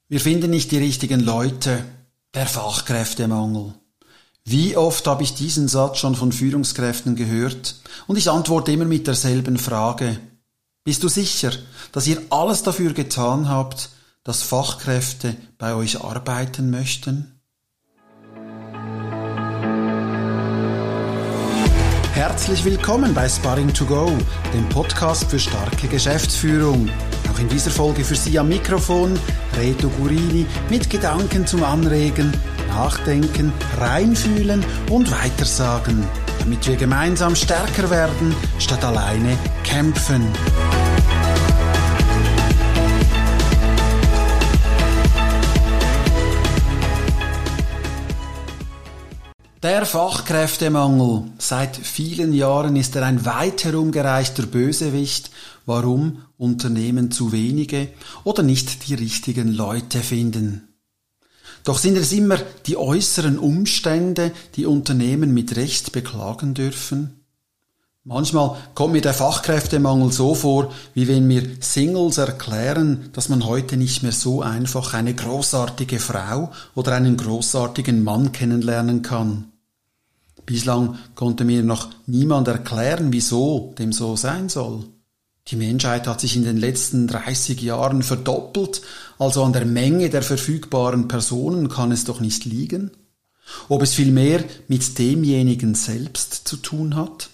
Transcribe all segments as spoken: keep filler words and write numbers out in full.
Wir finden nicht die richtigen Leute, der Fachkräftemangel. Wie oft habe ich diesen Satz schon von Führungskräften gehört und ich antworte immer mit derselben Frage. Bist du sicher, dass ihr alles dafür getan habt, dass Fachkräfte bei euch arbeiten möchten? Herzlich willkommen bei Sparring to Go, dem Podcast für starke Geschäftsführung. Auch in dieser Folge für Sie am Mikrofon Reto Gurini mit Gedanken zum Anregen, Nachdenken, Reinfühlen und Weitersagen, damit wir gemeinsam stärker werden, statt alleine kämpfen. Der Fachkräftemangel. Seit vielen Jahren ist er ein weit herumgereichter Bösewicht, warum Unternehmen zu wenige oder nicht die richtigen Leute finden. Doch sind es immer die äußeren Umstände, die Unternehmen mit Recht beklagen dürfen? Manchmal kommt mir der Fachkräftemangel so vor, wie wenn mir Singles erklären, dass man heute nicht mehr so einfach eine großartige Frau oder einen großartigen Mann kennenlernen kann. Bislang konnte mir noch niemand erklären, wieso dem so sein soll. Die Menschheit hat sich in den letzten dreißig Jahren verdoppelt, also an der Menge der verfügbaren Personen kann es doch nicht liegen. Ob es vielmehr mit demjenigen selbst zu tun hat?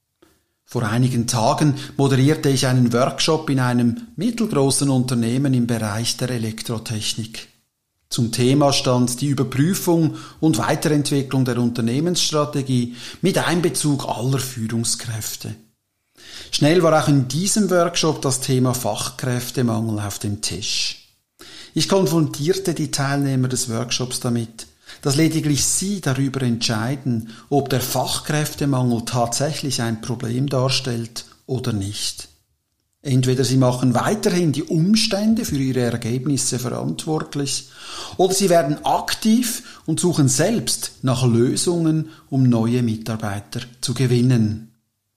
Vor einigen Tagen moderierte ich einen Workshop in einem mittelgroßen Unternehmen im Bereich der Elektrotechnik. Zum Thema stand die Überprüfung und Weiterentwicklung der Unternehmensstrategie mit Einbezug aller Führungskräfte. Schnell war auch in diesem Workshop das Thema Fachkräftemangel auf dem Tisch. Ich konfrontierte die Teilnehmer des Workshops damit, dass lediglich sie darüber entscheiden, ob der Fachkräftemangel tatsächlich ein Problem darstellt oder nicht. Entweder sie machen weiterhin die Umstände für ihre Ergebnisse verantwortlich, oder sie werden aktiv und suchen selbst nach Lösungen, um neue Mitarbeiter zu gewinnen.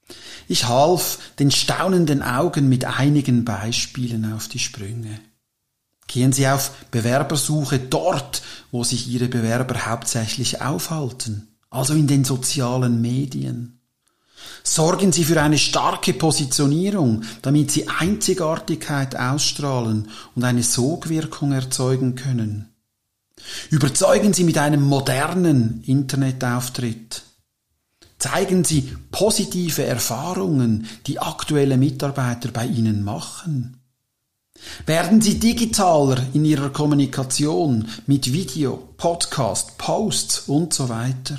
Ich half den staunenden Augen mit einigen Beispielen auf die Sprünge. Gehen Sie auf Bewerbersuche dort, wo sich Ihre Bewerber hauptsächlich aufhalten, also in den sozialen Medien. Sorgen Sie für eine starke Positionierung, damit Sie Einzigartigkeit ausstrahlen und eine Sogwirkung erzeugen können. Überzeugen Sie mit einem modernen Internetauftritt. Zeigen Sie positive Erfahrungen, die aktuelle Mitarbeiter bei Ihnen machen. Werden Sie digitaler in Ihrer Kommunikation mit Video, Podcast, Posts und so weiter.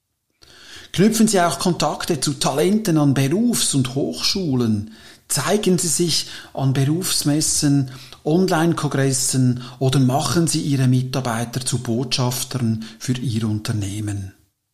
Knüpfen Sie auch Kontakte zu Talenten an Berufs- und Hochschulen. Zeigen Sie sich an Berufsmessen, Online-Kongressen oder machen Sie Ihre Mitarbeiter zu Botschaftern für Ihr Unternehmen.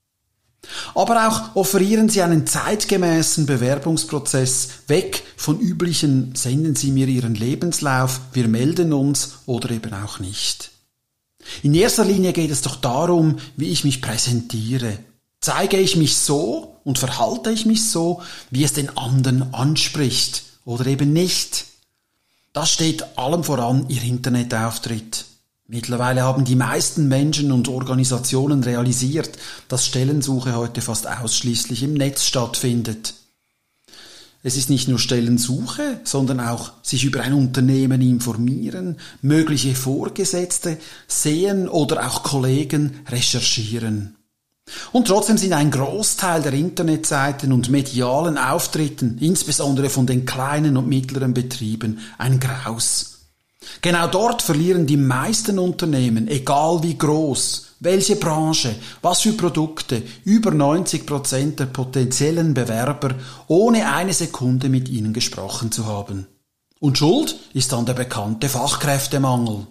Aber auch offerieren Sie einen zeitgemäßen Bewerbungsprozess weg von üblichen "Senden Sie mir Ihren Lebenslauf, wir melden uns" oder eben auch nicht. In erster Linie geht es doch darum, wie ich mich präsentiere. Zeige ich mich so und verhalte ich mich so, wie es den anderen anspricht oder eben nicht? Das steht allem voran Ihr Internetauftritt. Mittlerweile haben die meisten Menschen und Organisationen realisiert, dass Stellensuche heute fast ausschließlich im Netz stattfindet. Es ist nicht nur Stellensuche, sondern auch sich über ein Unternehmen informieren, mögliche Vorgesetzte sehen oder auch Kollegen recherchieren. Und trotzdem sind ein Großteil der Internetseiten und medialen Auftritten, insbesondere von den kleinen und mittleren Betrieben, ein Graus. Genau dort verlieren die meisten Unternehmen, egal wie groß, welche Branche, was für Produkte, über neunzig Prozent der potenziellen Bewerber, ohne eine Sekunde mit ihnen gesprochen zu haben. Und schuld ist dann der bekannte Fachkräftemangel.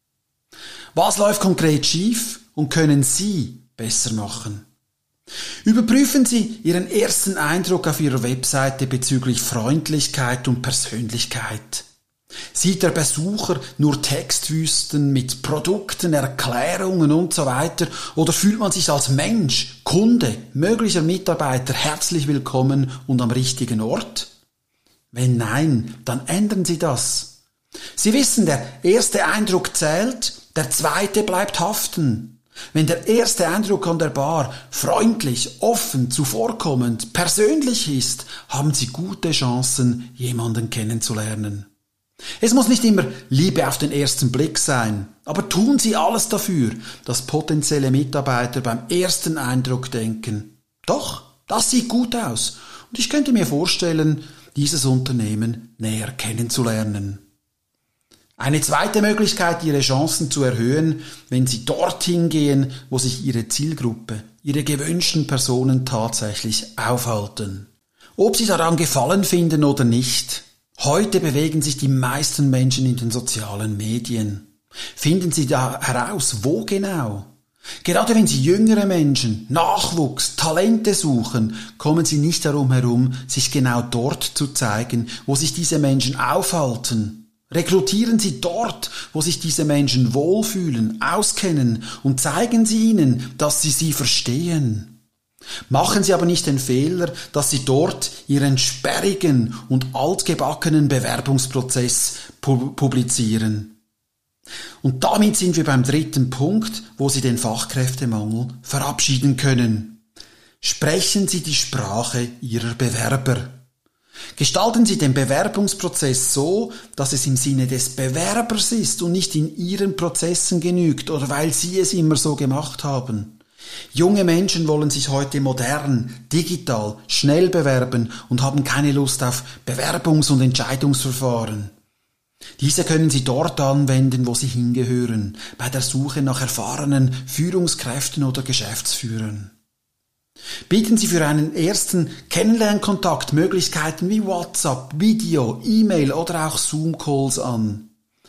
Was läuft konkret schief und können Sie besser machen? Überprüfen Sie Ihren ersten Eindruck auf Ihrer Webseite bezüglich Freundlichkeit und Persönlichkeit. Sieht der Besucher nur Textwüsten mit Produkten, Erklärungen und so weiter, oder fühlt man sich als Mensch, Kunde, möglicher Mitarbeiter herzlich willkommen und am richtigen Ort? Wenn nein, dann ändern Sie das. Sie wissen, der erste Eindruck zählt, Der zweite bleibt haften. Wenn der erste Eindruck an der Bar freundlich, offen, zuvorkommend, persönlich ist, haben Sie gute Chancen, jemanden kennenzulernen. Es muss nicht immer Liebe auf den ersten Blick sein, aber tun Sie alles dafür, dass potenzielle Mitarbeiter beim ersten Eindruck denken: Doch, das sieht gut aus und ich könnte mir vorstellen, dieses Unternehmen näher kennenzulernen. Eine zweite Möglichkeit, Ihre Chancen zu erhöhen, wenn Sie dorthin gehen, wo sich Ihre Zielgruppe, Ihre gewünschten Personen tatsächlich aufhalten. Ob Sie daran Gefallen finden oder nicht, heute bewegen sich die meisten Menschen in den sozialen Medien. Finden Sie da heraus, wo genau? Gerade wenn Sie jüngere Menschen, Nachwuchs, Talente suchen, kommen Sie nicht darum herum, sich genau dort zu zeigen, wo sich diese Menschen aufhalten. Rekrutieren Sie dort, wo sich diese Menschen wohlfühlen, auskennen und zeigen Sie ihnen, dass Sie sie verstehen. Machen Sie aber nicht den Fehler, dass Sie dort Ihren sperrigen und altgebackenen Bewerbungsprozess publizieren. Und damit sind wir beim dritten Punkt, wo Sie den Fachkräftemangel verabschieden können. Sprechen Sie die Sprache Ihrer Bewerber. Gestalten Sie den Bewerbungsprozess so, dass es im Sinne des Bewerbers ist und nicht in Ihren Prozessen genügt oder weil Sie es immer so gemacht haben. Junge Menschen wollen sich heute modern, digital, schnell bewerben und haben keine Lust auf Bewerbungs- und Entscheidungsverfahren. Diese können Sie dort anwenden, wo Sie hingehören, bei der Suche nach erfahrenen Führungskräften oder Geschäftsführern. Bieten Sie für einen ersten Kennenlernkontakt Möglichkeiten wie WhatsApp, Video, E-Mail oder auch Zoom-Calls an.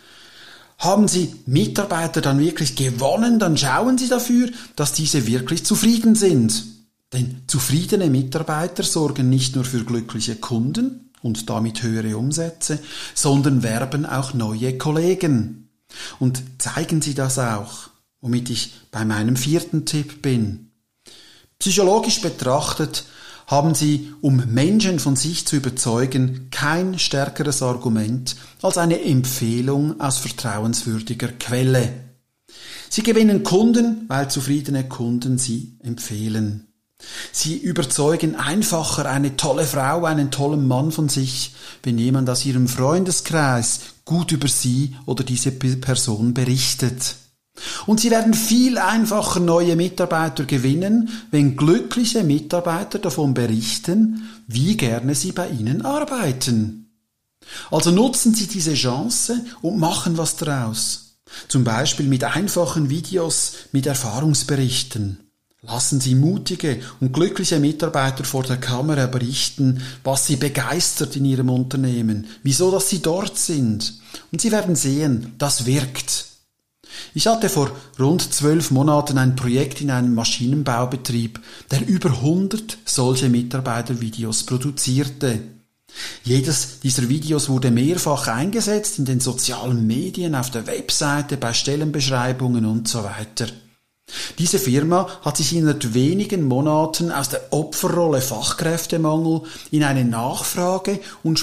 Haben Sie Mitarbeiter dann wirklich gewonnen, dann schauen Sie dafür, dass diese wirklich zufrieden sind. Denn zufriedene Mitarbeiter sorgen nicht nur für glückliche Kunden und damit höhere Umsätze, sondern werben auch neue Kollegen. Und zeigen Sie das auch, womit ich bei meinem vierten Tipp bin. Psychologisch betrachtet haben Sie, um Menschen von sich zu überzeugen, kein stärkeres Argument als eine Empfehlung aus vertrauenswürdiger Quelle. Sie gewinnen Kunden, weil zufriedene Kunden Sie empfehlen. Sie überzeugen einfacher eine tolle Frau, einen tollen Mann von sich, wenn jemand aus Ihrem Freundeskreis gut über Sie oder diese Person berichtet. Und Sie werden viel einfacher neue Mitarbeiter gewinnen, wenn glückliche Mitarbeiter davon berichten, wie gerne sie bei Ihnen arbeiten. Also nutzen Sie diese Chance und machen was daraus. Zum Beispiel mit einfachen Videos mit Erfahrungsberichten. Lassen Sie mutige und glückliche Mitarbeiter vor der Kamera berichten, was sie begeistert in Ihrem Unternehmen, wieso dass Sie dort sind. Und Sie werden sehen, das wirkt. Ich hatte vor rund zwölf Monaten ein Projekt in einem Maschinenbaubetrieb, der über hundert solche Mitarbeitervideos produzierte. Jedes dieser Videos wurde mehrfach eingesetzt in den sozialen Medien, auf der Webseite, bei Stellenbeschreibungen und so weiter. Diese Firma hat sich innerhalb wenigen Monaten aus der Opferrolle Fachkräftemangel in eine Nachfrage- und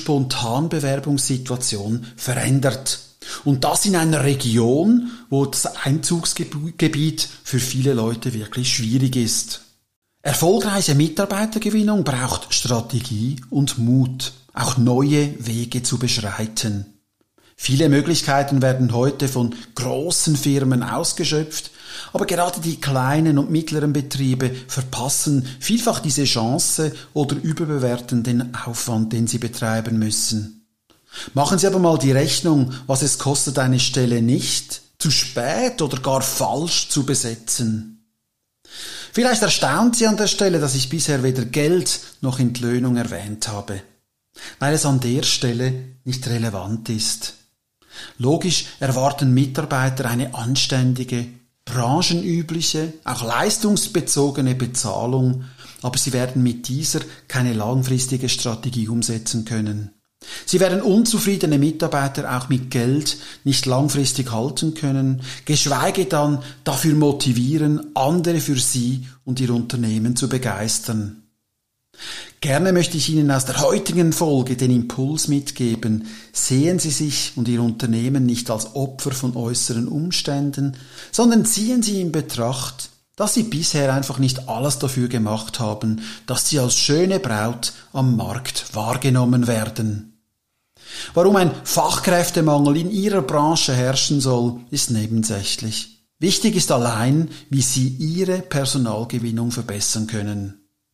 Spontanbewerbungssituation verändert. Und das in einer Region, wo das Einzugsgebiet für viele Leute wirklich schwierig ist. Erfolgreiche Mitarbeitergewinnung braucht Strategie und Mut, auch neue Wege zu beschreiten. Viele Möglichkeiten werden heute von großen Firmen ausgeschöpft, aber gerade die kleinen und mittleren Betriebe verpassen vielfach diese Chance oder überbewerten den Aufwand, den sie betreiben müssen. Machen Sie aber mal die Rechnung, was es kostet, eine Stelle nicht, zu spät oder gar falsch zu besetzen. Vielleicht erstaunt Sie an der Stelle, dass ich bisher weder Geld noch Entlöhnung erwähnt habe, weil es an der Stelle nicht relevant ist. Logisch erwarten Mitarbeiter eine anständige, branchenübliche, auch leistungsbezogene Bezahlung, aber sie werden mit dieser keine langfristige Strategie umsetzen können. Sie werden unzufriedene Mitarbeiter auch mit Geld nicht langfristig halten können, geschweige dann dafür motivieren, andere für sie und ihr Unternehmen zu begeistern. Gerne möchte ich Ihnen aus der heutigen Folge den Impuls mitgeben: Sehen Sie sich und Ihr Unternehmen nicht als Opfer von äußeren Umständen, sondern ziehen Sie in Betracht, dass Sie bisher einfach nicht alles dafür gemacht haben, dass Sie als schöne Braut am Markt wahrgenommen werden. Warum ein Fachkräftemangel in Ihrer Branche herrschen soll, ist nebensächlich. Wichtig ist allein, wie Sie Ihre Personalgewinnung verbessern können.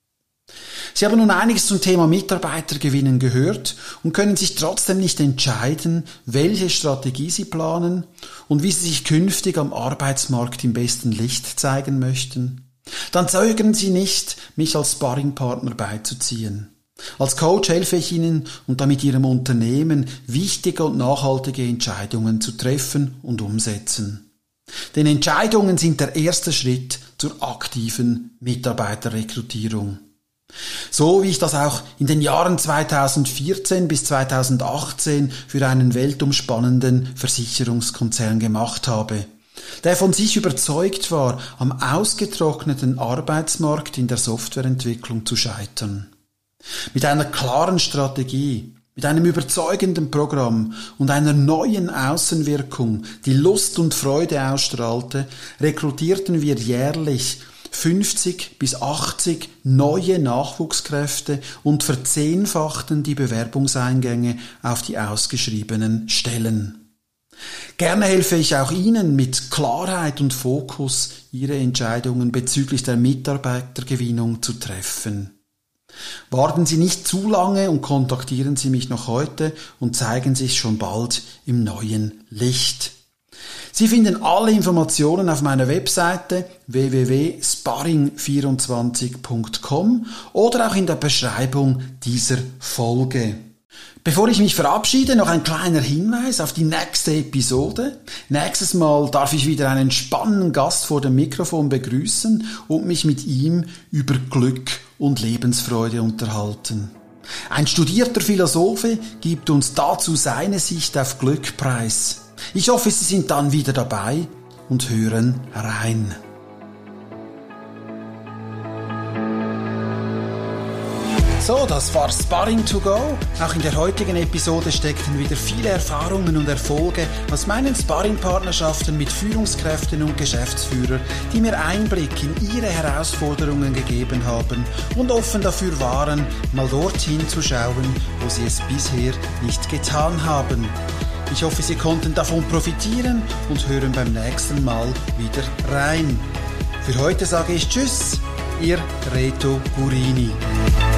Sie haben nun einiges zum Thema Mitarbeitergewinnen gehört und können sich trotzdem nicht entscheiden, welche Strategie Sie planen und wie Sie sich künftig am Arbeitsmarkt im besten Licht zeigen möchten. Dann zögern Sie nicht, mich als Sparringpartner beizuziehen. Als Coach helfe ich Ihnen und damit Ihrem Unternehmen wichtige und nachhaltige Entscheidungen zu treffen und umsetzen. Denn Entscheidungen sind der erste Schritt zur aktiven Mitarbeiterrekrutierung. So wie ich das auch in den Jahren zweitausendvierzehn bis zweitausendachtzehn für einen weltumspannenden Versicherungskonzern gemacht habe, der von sich überzeugt war, am ausgetrockneten Arbeitsmarkt in der Softwareentwicklung zu scheitern. Mit einer klaren Strategie, mit einem überzeugenden Programm und einer neuen Außenwirkung, die Lust und Freude ausstrahlte, rekrutierten wir jährlich fünfzig bis achtzig neue Nachwuchskräfte und verzehnfachten die Bewerbungseingänge auf die ausgeschriebenen Stellen. Gerne helfe ich auch Ihnen mit Klarheit und Fokus, Ihre Entscheidungen bezüglich der Mitarbeitergewinnung zu treffen. Warten Sie nicht zu lange und kontaktieren Sie mich noch heute und zeigen sich schon bald im neuen Licht. Sie finden alle Informationen auf meiner Webseite w w w punkt sparring vierundzwanzig punkt com oder auch in der Beschreibung dieser Folge. Bevor ich mich verabschiede, noch ein kleiner Hinweis auf die nächste Episode. Nächstes Mal darf ich wieder einen spannenden Gast vor dem Mikrofon begrüßen und mich mit ihm über Glück und Lebensfreude unterhalten. Ein studierter Philosophe gibt uns dazu seine Sicht auf Glück preis. Ich hoffe, Sie sind dann wieder dabei und hören rein. So, das war Sparring to go. Auch in der heutigen Episode steckten wieder viele Erfahrungen und Erfolge aus meinen Sparringpartnerschaften mit Führungskräften und Geschäftsführern, die mir Einblick in ihre Herausforderungen gegeben haben und offen dafür waren, mal dorthin zu schauen, wo sie es bisher nicht getan haben. Ich hoffe, Sie konnten davon profitieren und hören beim nächsten Mal wieder rein. Für heute sage ich Tschüss, Ihr Reto Gurini.